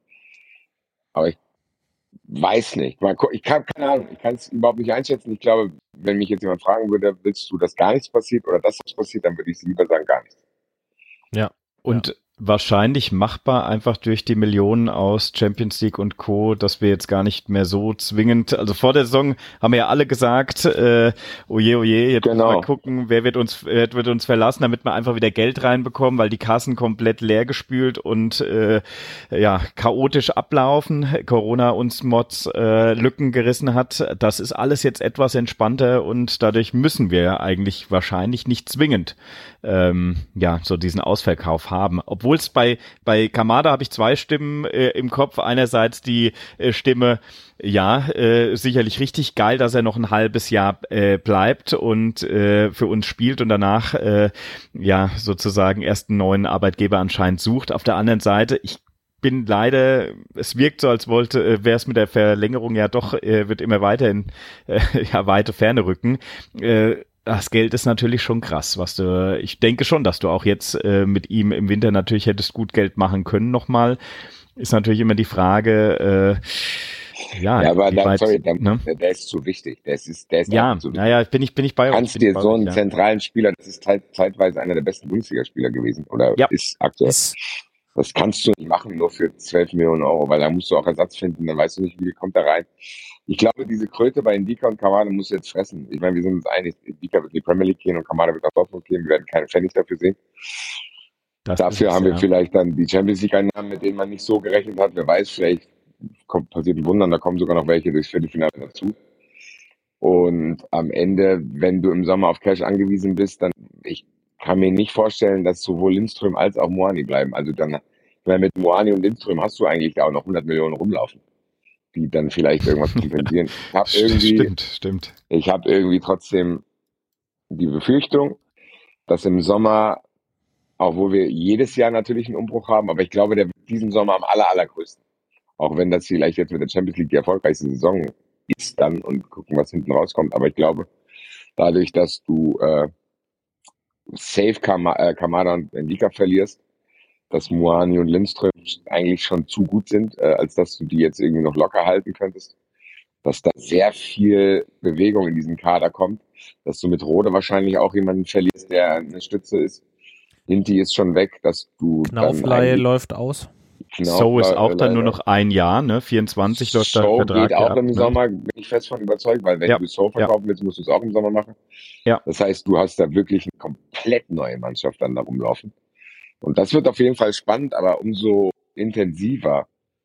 aber ich weiß nicht. Ich kann keine Ahnung, ich kann es überhaupt nicht einschätzen. Ich glaube, wenn mich jetzt jemand fragen würde, willst du, dass gar nichts passiert oder dass was passiert, dann würde ich lieber sagen, gar nichts. Ja, und ja. Wahrscheinlich machbar einfach durch die Millionen aus Champions League und Co., dass wir jetzt gar nicht mehr so zwingend, also vor der Saison haben wir ja alle gesagt, äh, oje, oje, jetzt genau. Mal gucken, wer wird uns wer wird uns verlassen, damit wir einfach wieder Geld reinbekommen, weil die Kassen komplett leer gespült und äh, ja chaotisch ablaufen, Corona uns Mods äh, Lücken gerissen hat. Das ist alles jetzt etwas entspannter und dadurch müssen wir eigentlich wahrscheinlich nicht zwingend ähm, ja so diesen Ausverkauf haben, obwohl es bei bei Kamada habe ich zwei Stimmen äh, im Kopf. Einerseits die äh, Stimme, ja, äh, sicherlich richtig geil, dass er noch ein halbes Jahr äh, bleibt und äh, für uns spielt und danach äh, ja sozusagen erst einen neuen Arbeitgeber anscheinend sucht. Auf der anderen Seite, ich bin leider, es wirkt so, als wollte, äh, wäre es mit der Verlängerung ja doch, äh, wird immer weiter in äh, ja, weite Ferne rücken. Äh, Das Geld ist natürlich schon krass, was du, ich denke schon, dass du auch jetzt äh, mit ihm im Winter natürlich hättest gut Geld machen können nochmal. ist natürlich immer die Frage, äh, ja, ja, aber wie dann, weit, sorry, dann, ne? der ist zu wichtig. Der ist, der ist Ja, einfach zu wichtig. naja, bin ich, bin ich bei Du euch. kannst bin ich dir bei so euch, einen ja. zentralen Spieler, das ist zeit, zeitweise einer der besten Bundesligaspieler gewesen oder Ja. ist aktuell. Ist, Das kannst du nicht machen, nur für zwölf Millionen Euro, weil da musst du auch Ersatz finden, dann weißt du nicht, wie die kommt da rein. Ich glaube, diese Kröte bei Ndika und Kamada muss jetzt fressen. Ich meine, wir sind uns einig, Ndika wird in die Premier League gehen und Kamada wird nach Dortmund gehen, wir werden keine Pfennig dafür sehen. Das Dafür ist, haben wir ja. vielleicht dann die Champions League-Einnahmen, mit denen man nicht so gerechnet hat. Wer weiß, vielleicht kommt, passiert ein Wunder, da kommen sogar noch welche durchs Viertelfinale dazu. Und am Ende, wenn du im Sommer auf Cash angewiesen bist, dann, ich kann mir nicht vorstellen, dass sowohl Lindström als auch Moani bleiben. Also dann, weil mit Moani und Lindström hast du eigentlich auch noch hundert Millionen rumlaufen, die dann vielleicht irgendwas kompensieren. Ich habe irgendwie, Stimmt, stimmt. ich habe irgendwie trotzdem die Befürchtung, dass im Sommer, obwohl wir jedes Jahr natürlich einen Umbruch haben, aber ich glaube, der wird diesen Sommer am aller, allergrößten. Auch wenn das vielleicht jetzt mit der Champions League die erfolgreichste Saison ist dann und gucken, was hinten rauskommt. Aber ich glaube, dadurch, dass du äh, safe Kam äh, Kamada und Ndika verlierst, dass Moani und Lindström eigentlich schon zu gut sind, äh, als dass du die jetzt irgendwie noch locker halten könntest. Dass da sehr viel Bewegung in diesen Kader kommt, dass du mit Rode wahrscheinlich auch jemanden verlierst, der eine Stütze ist. Hinti ist schon weg, dass du Knaufleihe läuft aus. Knauf, So ist auch dann äh, nur noch ein Jahr, ne? vierundzwanzig läuft der So Vertrag geht auch ab, im ne? Sommer, bin ich fest von überzeugt, weil wenn Ja. du So verkaufen willst, musst du es auch im Sommer machen. Ja. Das heißt, du hast da wirklich eine komplett neue Mannschaft dann da rumlaufen. Und das wird auf jeden Fall spannend, aber umso intensiver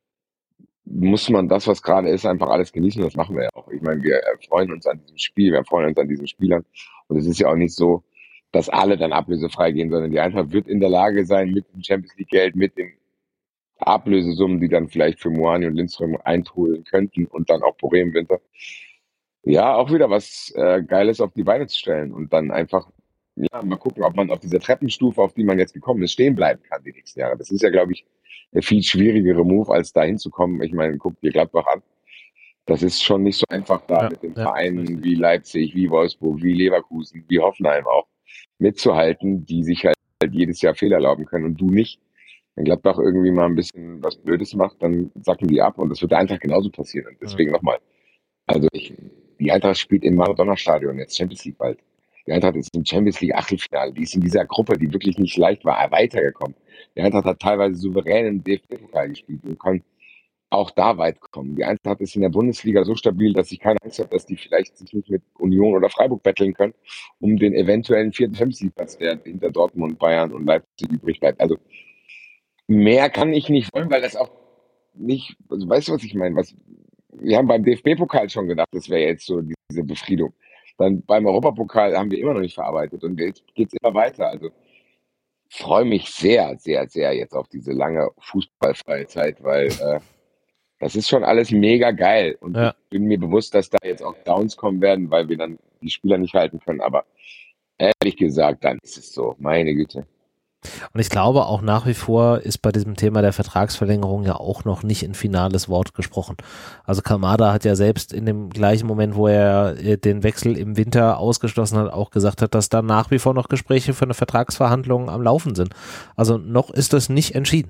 muss man das, was gerade ist, einfach alles genießen. Das machen wir ja auch. Ich meine, wir freuen uns an diesem Spiel, wir freuen uns an diesen Spielern. Und es ist ja auch nicht so, dass alle dann ablösefrei gehen, sondern die Eintracht wird in der Lage sein, mit dem Champions League Geld, mit den Ablösesummen, die dann vielleicht für Moani und Lindström einholen könnten und dann auch Boré im Winter, ja, auch wieder was äh, Geiles auf die Beine zu stellen und dann einfach, ja, mal gucken, ob man auf dieser Treppenstufe, auf die man jetzt gekommen ist, stehen bleiben kann die nächsten Jahre. Das ist ja, glaube ich, der viel schwierigere Move, als da hinzukommen. Ich meine, guck dir Gladbach an. Das ist schon nicht so einfach, da Ja, mit den ja, Vereinen richtig. wie Leipzig, wie Wolfsburg, wie Leverkusen, wie Hoffenheim auch mitzuhalten, die sich halt jedes Jahr Fehler erlauben können und du nicht. Wenn Gladbach irgendwie mal ein bisschen was Blödes macht, dann sacken die ab und das wird der Eintracht genauso passieren. Und deswegen ja. nochmal, also ich, die Eintracht spielt im Maradona-Stadion, jetzt Champions League bald. Die Eintracht ist im Champions League Achtelfinale, die ist in dieser Gruppe, die wirklich nicht leicht war, weitergekommen. Die Eintracht hat teilweise souverän im D F B-Pokal gespielt und kann auch da weit kommen. Die Eintracht ist in der Bundesliga so stabil, dass ich keine Angst habe, dass die vielleicht sich nicht mit Union oder Freiburg betteln können, um den eventuellen vierten Champions League-Platz, der hinter Dortmund, Bayern und Leipzig übrig bleibt. Also mehr kann ich nicht wollen, weil das auch nicht, also weißt du, was ich meine? Was, wir haben beim D F B-Pokal schon gedacht, das wäre jetzt so diese Befriedung. Dann beim Europapokal haben wir immer noch nicht verarbeitet und jetzt geht's immer weiter. Also freue mich sehr, sehr, sehr jetzt auf diese lange fußballfreie Zeit, weil äh, das ist schon alles mega geil und ja. Ich bin mir bewusst, dass da jetzt auch Downs kommen werden, weil wir dann die Spieler nicht halten können, aber ehrlich gesagt, dann ist es so, meine Güte. Und ich glaube auch nach wie vor ist bei diesem Thema der Vertragsverlängerung ja auch noch nicht ein finales Wort gesprochen. Also Kamada hat ja selbst in dem gleichen Moment, wo er den Wechsel im Winter ausgeschlossen hat, auch gesagt hat, dass da nach wie vor noch Gespräche für eine Vertragsverhandlung am Laufen sind. Also noch ist das nicht entschieden.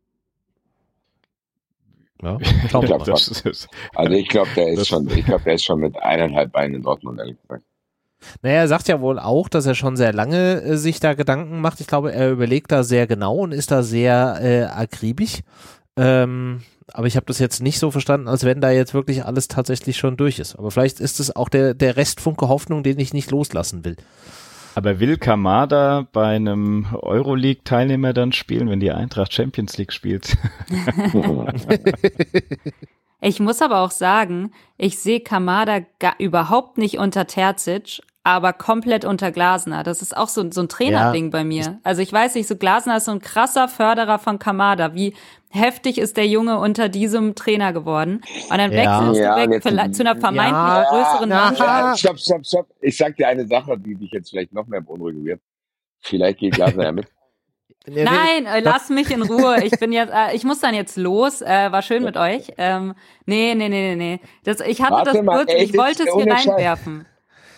Ja, schauen wir mal. Also ich glaube, der ist schon, ich glaube, der ist schon mit eineinhalb Beinen in Dortmund, ehrlich gesagt. Naja, er sagt ja wohl auch, dass er schon sehr lange äh, sich da Gedanken macht. Ich glaube, er überlegt da sehr genau und ist da sehr äh, akribisch. Ähm, aber ich habe das jetzt nicht so verstanden, als wenn da jetzt wirklich alles tatsächlich schon durch ist. Aber vielleicht ist es auch der, der Restfunke Hoffnung, den ich nicht loslassen will. Aber will Kamada bei einem Euroleague-Teilnehmer dann spielen, wenn die Eintracht Champions League spielt? Ich muss aber auch sagen, ich sehe Kamada gar, überhaupt nicht unter Terzic, aber komplett unter Glasner. Das ist auch so, so ein Trainerding ja. bei mir. Also ich weiß nicht, so Glasner ist so ein krasser Förderer von Kamada. Wie heftig ist der Junge unter diesem Trainer geworden? Und dann ja. wechselst ja, du weg für, zu einer vermeintlich ja, größeren ja, Mannschaft. Ja, stopp, stopp, stopp. Ich sag dir eine Sache, die dich jetzt vielleicht noch mehr beunruhigen wird. Vielleicht geht Glasner ja mit. Nein, äh, lass mich in Ruhe. Ich bin jetzt, äh, ich muss dann jetzt los. Äh, war schön mit euch. Ähm, nee, nee, nee, nee, nee. Das, ich hatte Warte das mal, kurz, ey, ich wollte es hier reinwerfen.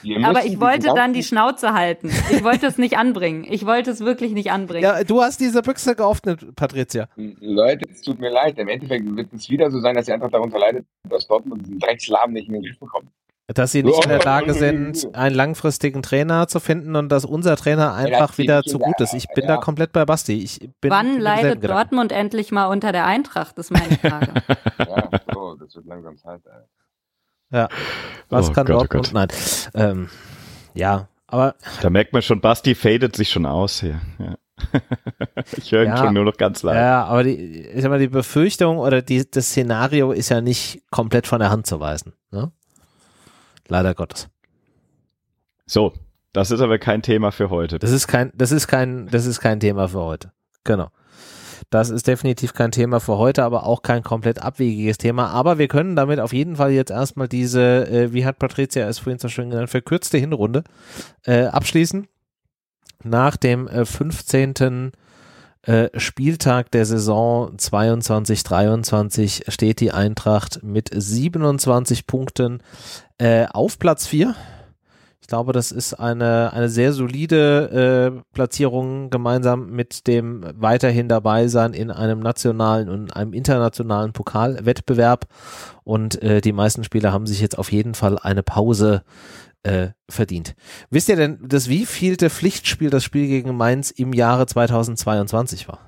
Aber ich wollte dann die Schnauze halten. Ich wollte es nicht anbringen. Ich wollte es wirklich nicht anbringen. Ja, du hast diese Büchse geöffnet, Patricia. Leute, es tut mir leid. Im Endeffekt wird es wieder so sein, dass die Eintracht darunter leidet, dass Dortmund diesen Drecksladen nicht in den Griff bekommt. Dass sie nicht in der Lage sind, einen langfristigen Trainer zu finden und dass unser Trainer einfach wieder zu gut ist. Ich bin da komplett bei Basti. Ich bin Wann leidet Dortmund endlich mal unter der Eintracht, ist meine Frage. Ja, so, das wird langsam Zeit, ey. Ja, was Oh kann Gott, oh Dortmund? Gott. Nein, ähm, ja, aber Da merkt man schon, Basti fadet sich schon aus hier. Ja. Ich höre ihn Ja. schon nur noch ganz leid. ja, aber die, ich sag mal, die Befürchtung oder die, das Szenario ist ja nicht komplett von der Hand zu weisen. Ne? Leider Gottes. So, das ist aber kein Thema für heute. Das ist kein, das ist kein, das ist kein Thema für heute. Genau. Das ist definitiv kein Thema für heute, aber auch kein komplett abwegiges Thema. Aber wir können damit auf jeden Fall jetzt erstmal diese, äh, wie hat Patricia es vorhin so schön genannt, verkürzte Hinrunde äh, abschließen. Nach dem äh, fünfzehnten Äh, Spieltag der Saison zweiundzwanzig dreiundzwanzig steht die Eintracht mit siebenundzwanzig Punkten äh, auf Platz vier. Ich glaube, das ist eine, eine sehr solide äh, Platzierung gemeinsam mit dem weiterhin dabei sein in einem nationalen und einem internationalen Pokalwettbewerb. Und äh, die meisten Spieler haben sich jetzt auf jeden Fall eine Pause äh, verdient. Wisst ihr denn, das wievielte Pflichtspiel das Spiel gegen Mainz im Jahre zweitausendzweiundzwanzig war?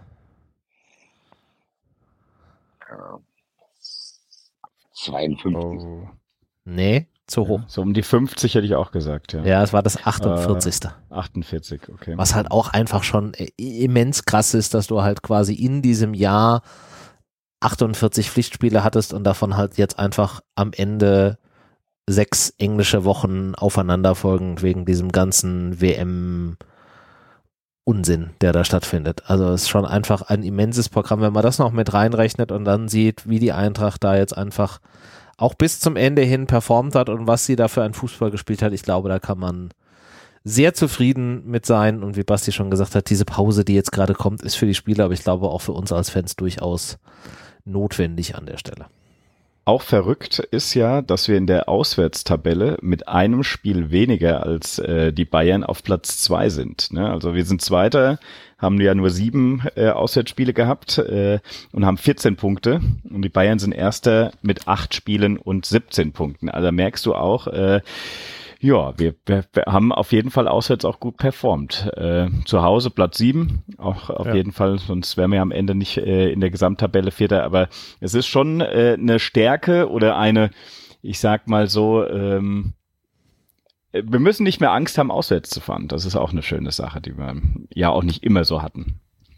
Ja. zweiundfünfzig. Oh. Nee, zu hoch. So um die fünfzig hätte ich auch gesagt, ja. Ja, es war das achtundvierzigste. Äh, achtundvierzig, okay. Was halt auch einfach schon äh, immens krass ist, dass du halt quasi in diesem Jahr achtundvierzig Pflichtspiele hattest und davon halt jetzt einfach am Ende sechs englische Wochen aufeinanderfolgend wegen diesem ganzen W M-Unsinn, der da stattfindet. Also es ist schon einfach ein immenses Programm, wenn man das noch mit reinrechnet und dann sieht, wie die Eintracht da jetzt einfach auch bis zum Ende hin performt hat und was sie da für einen Fußball gespielt hat. Ich glaube, da kann man sehr zufrieden mit sein und wie Basti schon gesagt hat, diese Pause, die jetzt gerade kommt, ist für die Spieler, aber ich glaube auch für uns als Fans durchaus notwendig an der Stelle. Auch verrückt ist ja, dass wir in der Auswärtstabelle mit einem Spiel weniger als äh, die Bayern auf Platz zwei sind. Ne? Also wir sind Zweiter, haben ja nur sieben äh, Auswärtsspiele gehabt äh, und haben vierzehn Punkte. Und die Bayern sind Erster mit acht Spielen und siebzehn Punkten. Also da merkst du auch, äh, ja, wir, wir, wir haben auf jeden Fall auswärts auch gut performt. Äh, zu Hause Platz sieben, auch auf Ja. jeden Fall, sonst wären wir am Ende nicht äh, in der Gesamttabelle Vierter. Aber es ist schon äh, eine Stärke oder eine, ich sag mal so, ähm, wir müssen nicht mehr Angst haben, auswärts zu fahren. Das ist auch eine schöne Sache, die wir ja auch nicht immer so hatten.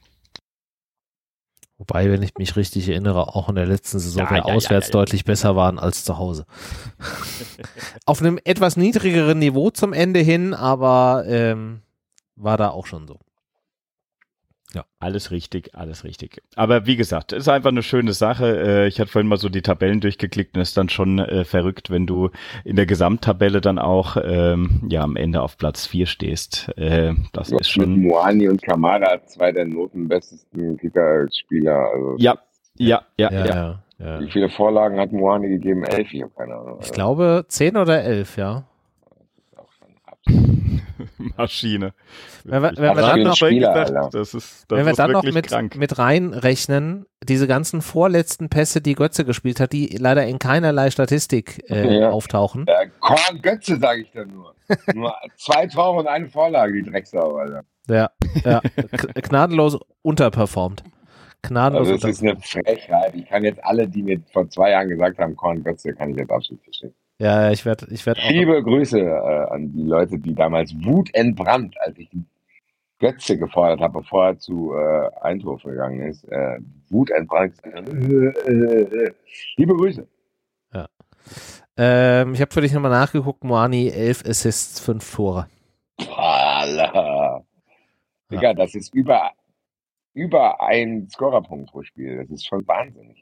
Wobei, wenn ich mich richtig erinnere, auch in der letzten Saison Ja, wir ja, ja, auswärts ja, ja. deutlich besser waren als zu Hause. Auf einem etwas niedrigeren Niveau zum Ende hin, aber ähm, war da auch schon so. Alles richtig, alles richtig. Aber wie gesagt, ist einfach eine schöne Sache. Äh, Ich hatte vorhin mal so die Tabellen durchgeklickt und es ist dann schon äh, verrückt, wenn du in der Gesamttabelle dann auch ähm, ja am Ende auf Platz vier stehst. Äh, das ist Mit schon. Moani und Kamada, zwei der notenbestesten Kickerspieler. Also Ja, ja, ja, Ja, ja. ja, ja. Wie viele Vorlagen hat Moani gegeben? Elf, ich habe keine Ahnung. Ich glaube zehn oder elf, ja. Auch schon absolut. Maschine. Wenn wir, Ich wenn wir hab dann schon noch, Spieler, gesagt, Alter. das ist, das wenn wir ist dann noch wirklich mit, krank. mit reinrechnen, diese ganzen vorletzten Pässe, die Götze gespielt hat, die leider in keinerlei Statistik äh, Ja. auftauchen. Äh, Korn Götze, sage ich dann nur. Nur zwei Tore und eine Vorlage, die Drecksau, Alter. Ja, ja, k- gnadenlos unterperformt. Gnadenlos Also es ist unterperformt. eine Frechheit. Ich kann jetzt alle, die mir vor zwei Jahren gesagt haben, Korn Götze, kann ich jetzt absolut verstehen. Ja, ja, ich werde ich werd auch. Liebe Grüße äh, an die Leute, die damals wutentbrannt, als ich die Götze gefordert habe, bevor er zu äh, Eindhoven gegangen ist, äh, wutentbrannt. Äh, äh, äh. Liebe Grüße. Ähm, ich habe für dich nochmal nachgeguckt, Moani, elf Assists, fünf Tore. Alter. Digga, das ist über, über ein Scorerpunkt pro Spiel. Das ist schon wahnsinnig.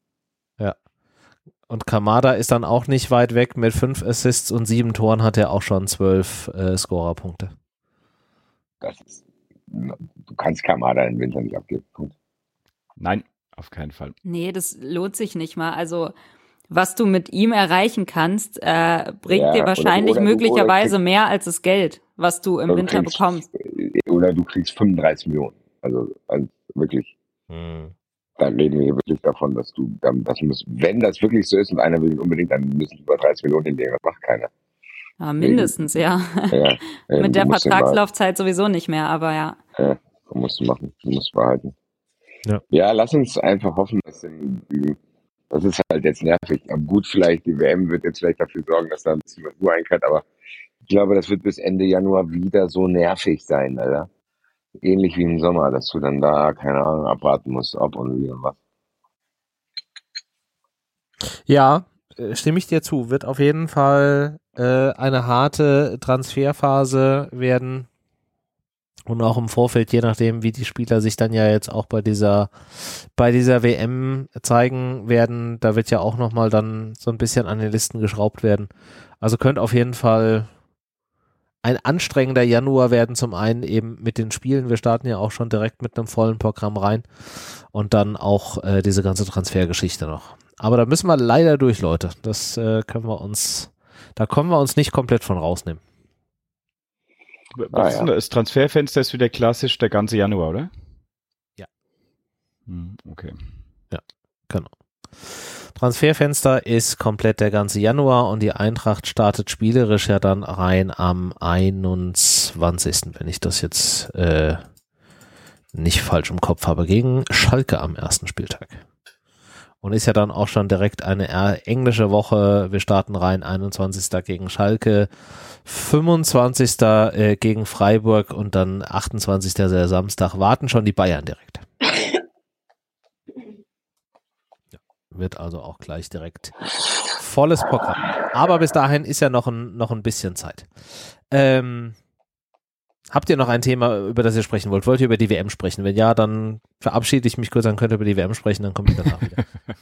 Und Kamada ist dann auch nicht weit weg, mit fünf Assists und sieben Toren hat er auch schon zwölf äh, Scorerpunkte. Das ist, du kannst Kamada im Winter nicht abgeben. Punkt. Nein, auf keinen Fall. Nee, das lohnt sich nicht mal. Also was du mit ihm erreichen kannst, äh, bringt Ja, dir oder- wahrscheinlich oder du- möglicherweise oder krieg- mehr als das Geld, was du im oder du Winter kriegst- bekommst. Oder du kriegst fünfunddreißig Millionen. Also, also wirklich, Hm. da reden wir hier wirklich davon, dass du, dann- das muss, wenn das wirklich so ist und einer will ihn unbedingt, dann müssen über dreißig Millionen hinlegen. Das macht keiner. Ja, mindestens, ja. Ja, ähm, Mit der du musst den Vertragslaufzeit sowieso nicht mehr, aber ja. Ja, musst du machen, du musst behalten. Ja. ja, lass uns einfach hoffen, dass den, das ist halt jetzt nervig. Aber gut, vielleicht die W M wird jetzt vielleicht dafür sorgen, dass da ein bisschen was Ruhe einkehrt, aber ich glaube, das wird bis Ende Januar wieder so nervig sein, Alter. Ähnlich wie im Sommer, dass du dann da, keine Ahnung, abwarten musst, ob und wie und was. Ja, äh, stimme ich dir zu. Wird auf jeden Fall äh, eine harte Transferphase werden. Und auch im Vorfeld, je nachdem, wie die Spieler sich dann ja jetzt auch bei dieser, bei dieser W M zeigen werden, da wird ja auch nochmal dann so ein bisschen an den Listen geschraubt werden. Also könnte auf jeden Fall ein anstrengender Januar werden, zum einen eben mit den Spielen. Wir starten ja auch schon direkt mit einem vollen Programm rein und dann auch äh, diese ganze Transfergeschichte noch. Aber da müssen wir leider durch, Leute. Das äh, können wir uns, da können wir uns nicht komplett von rausnehmen. Was Ah, ist ja. denn das Transferfenster ist wieder klassisch der ganze Januar, oder? Ja. Hm, okay. Genau. Transferfenster ist komplett der ganze Januar und die Eintracht startet spielerisch ja dann rein am einundzwanzigsten wenn ich das jetzt äh, nicht falsch im Kopf habe, gegen Schalke am ersten Spieltag. Und ist ja dann auch schon direkt eine eher englische Woche. Wir starten rein einundzwanzigsten gegen Schalke, fünfundzwanzigsten äh, gegen Freiburg und dann achtundzwanzigsten der Samstag warten schon die Bayern direkt. Wird also auch gleich direkt volles Programm. Aber bis dahin ist ja noch ein, noch ein bisschen Zeit. Ähm, habt ihr noch ein Thema, über das ihr sprechen wollt? Wollt ihr über die W M sprechen? Wenn ja, dann verabschiede ich mich kurz, dann könnt ihr über die W M sprechen, dann komme ich danach wieder.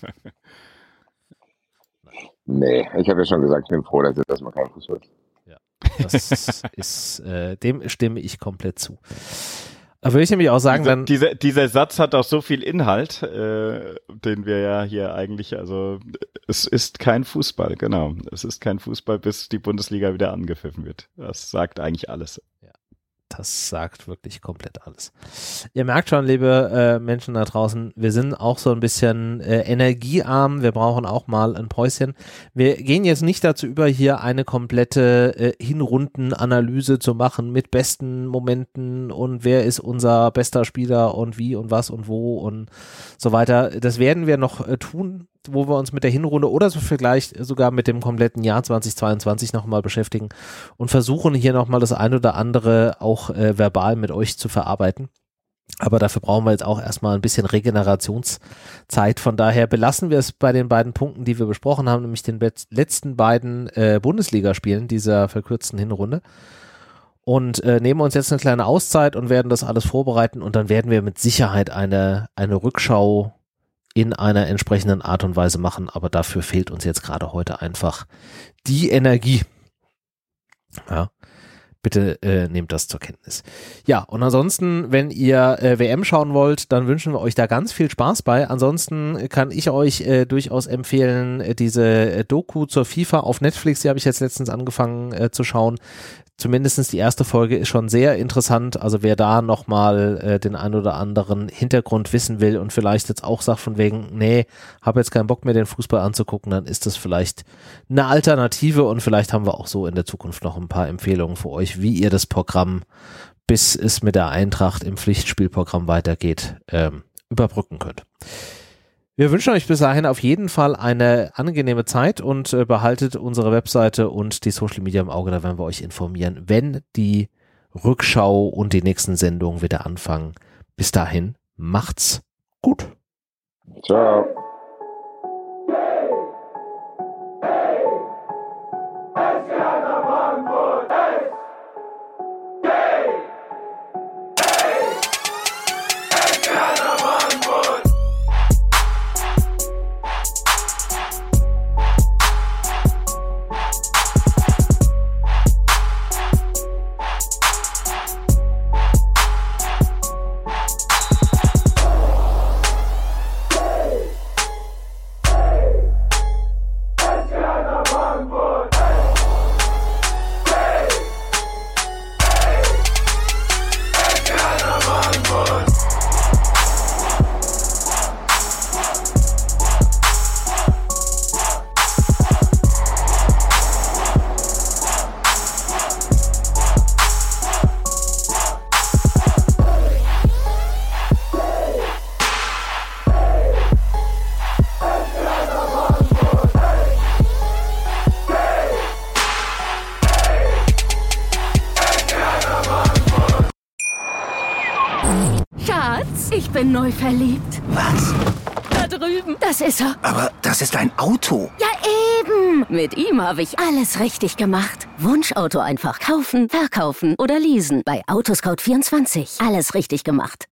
Nee, ich habe ja schon gesagt, ich bin froh, dass jetzt erstmal kein Fußball ist. Das ist, äh, dem stimme ich komplett zu. Da würde ich nämlich auch sagen, dieser, dann. dieser, dieser Satz hat auch so viel Inhalt, äh, den wir ja hier eigentlich, also es ist kein Fußball, genau. Es ist kein Fußball, bis die Bundesliga wieder angepfiffen wird. Das sagt eigentlich alles. Das sagt wirklich komplett alles. Ihr merkt schon, liebe äh, Menschen da draußen, wir sind auch so ein bisschen äh, energiearm. Wir brauchen auch mal ein Päuschen. Wir gehen jetzt nicht dazu über, hier eine komplette äh, Hinrundenanalyse zu machen mit besten Momenten und wer ist unser bester Spieler und wie und was und wo und so weiter. Das werden wir noch äh, tun, wo wir uns mit der Hinrunde oder so vielleicht sogar mit dem kompletten Jahr zweitausendzweiundzwanzig nochmal beschäftigen und versuchen hier nochmal das ein oder andere auch äh, verbal mit euch zu verarbeiten. Aber dafür brauchen wir jetzt auch erstmal ein bisschen Regenerationszeit. Von daher belassen wir es bei den beiden Punkten, die wir besprochen haben, nämlich den letzten beiden äh, Bundesligaspielen dieser verkürzten Hinrunde. Und äh, nehmen uns jetzt eine kleine Auszeit und werden das alles vorbereiten und dann werden wir mit Sicherheit eine, eine Rückschau in einer entsprechenden Art und Weise machen, aber dafür fehlt uns jetzt gerade heute einfach die Energie. Ja, bitte äh, nehmt das zur Kenntnis. Ja, und ansonsten, wenn ihr äh, W M schauen wollt, dann wünschen wir euch da ganz viel Spaß bei. Ansonsten kann ich euch äh, durchaus empfehlen, äh, diese äh, Doku zur FIFA auf Netflix, die habe ich jetzt letztens angefangen äh, zu schauen. Zumindest die erste Folge ist schon sehr interessant, also wer da nochmal äh, den ein oder anderen Hintergrund wissen will und vielleicht jetzt auch sagt von wegen, nee, habe jetzt keinen Bock mehr den Fußball anzugucken, dann ist das vielleicht eine Alternative und vielleicht haben wir auch so in der Zukunft noch ein paar Empfehlungen für euch, wie ihr das Programm, bis es mit der Eintracht im Pflichtspielprogramm weitergeht, ähm, überbrücken könnt. Wir wünschen euch bis dahin auf jeden Fall eine angenehme Zeit und äh, behaltet unsere Webseite und die Social Media im Auge, da werden wir euch informieren, wenn die Rückschau und die nächsten Sendungen wieder anfangen. Bis dahin, macht's gut. Ciao. Schatz, ich bin neu verliebt. Was? Da drüben. Das ist er. Aber das ist ein Auto. Ja, eben. Mit ihm habe ich alles richtig gemacht. Wunschauto einfach kaufen, verkaufen oder leasen. Bei Autoscout vierundzwanzig. Alles richtig gemacht.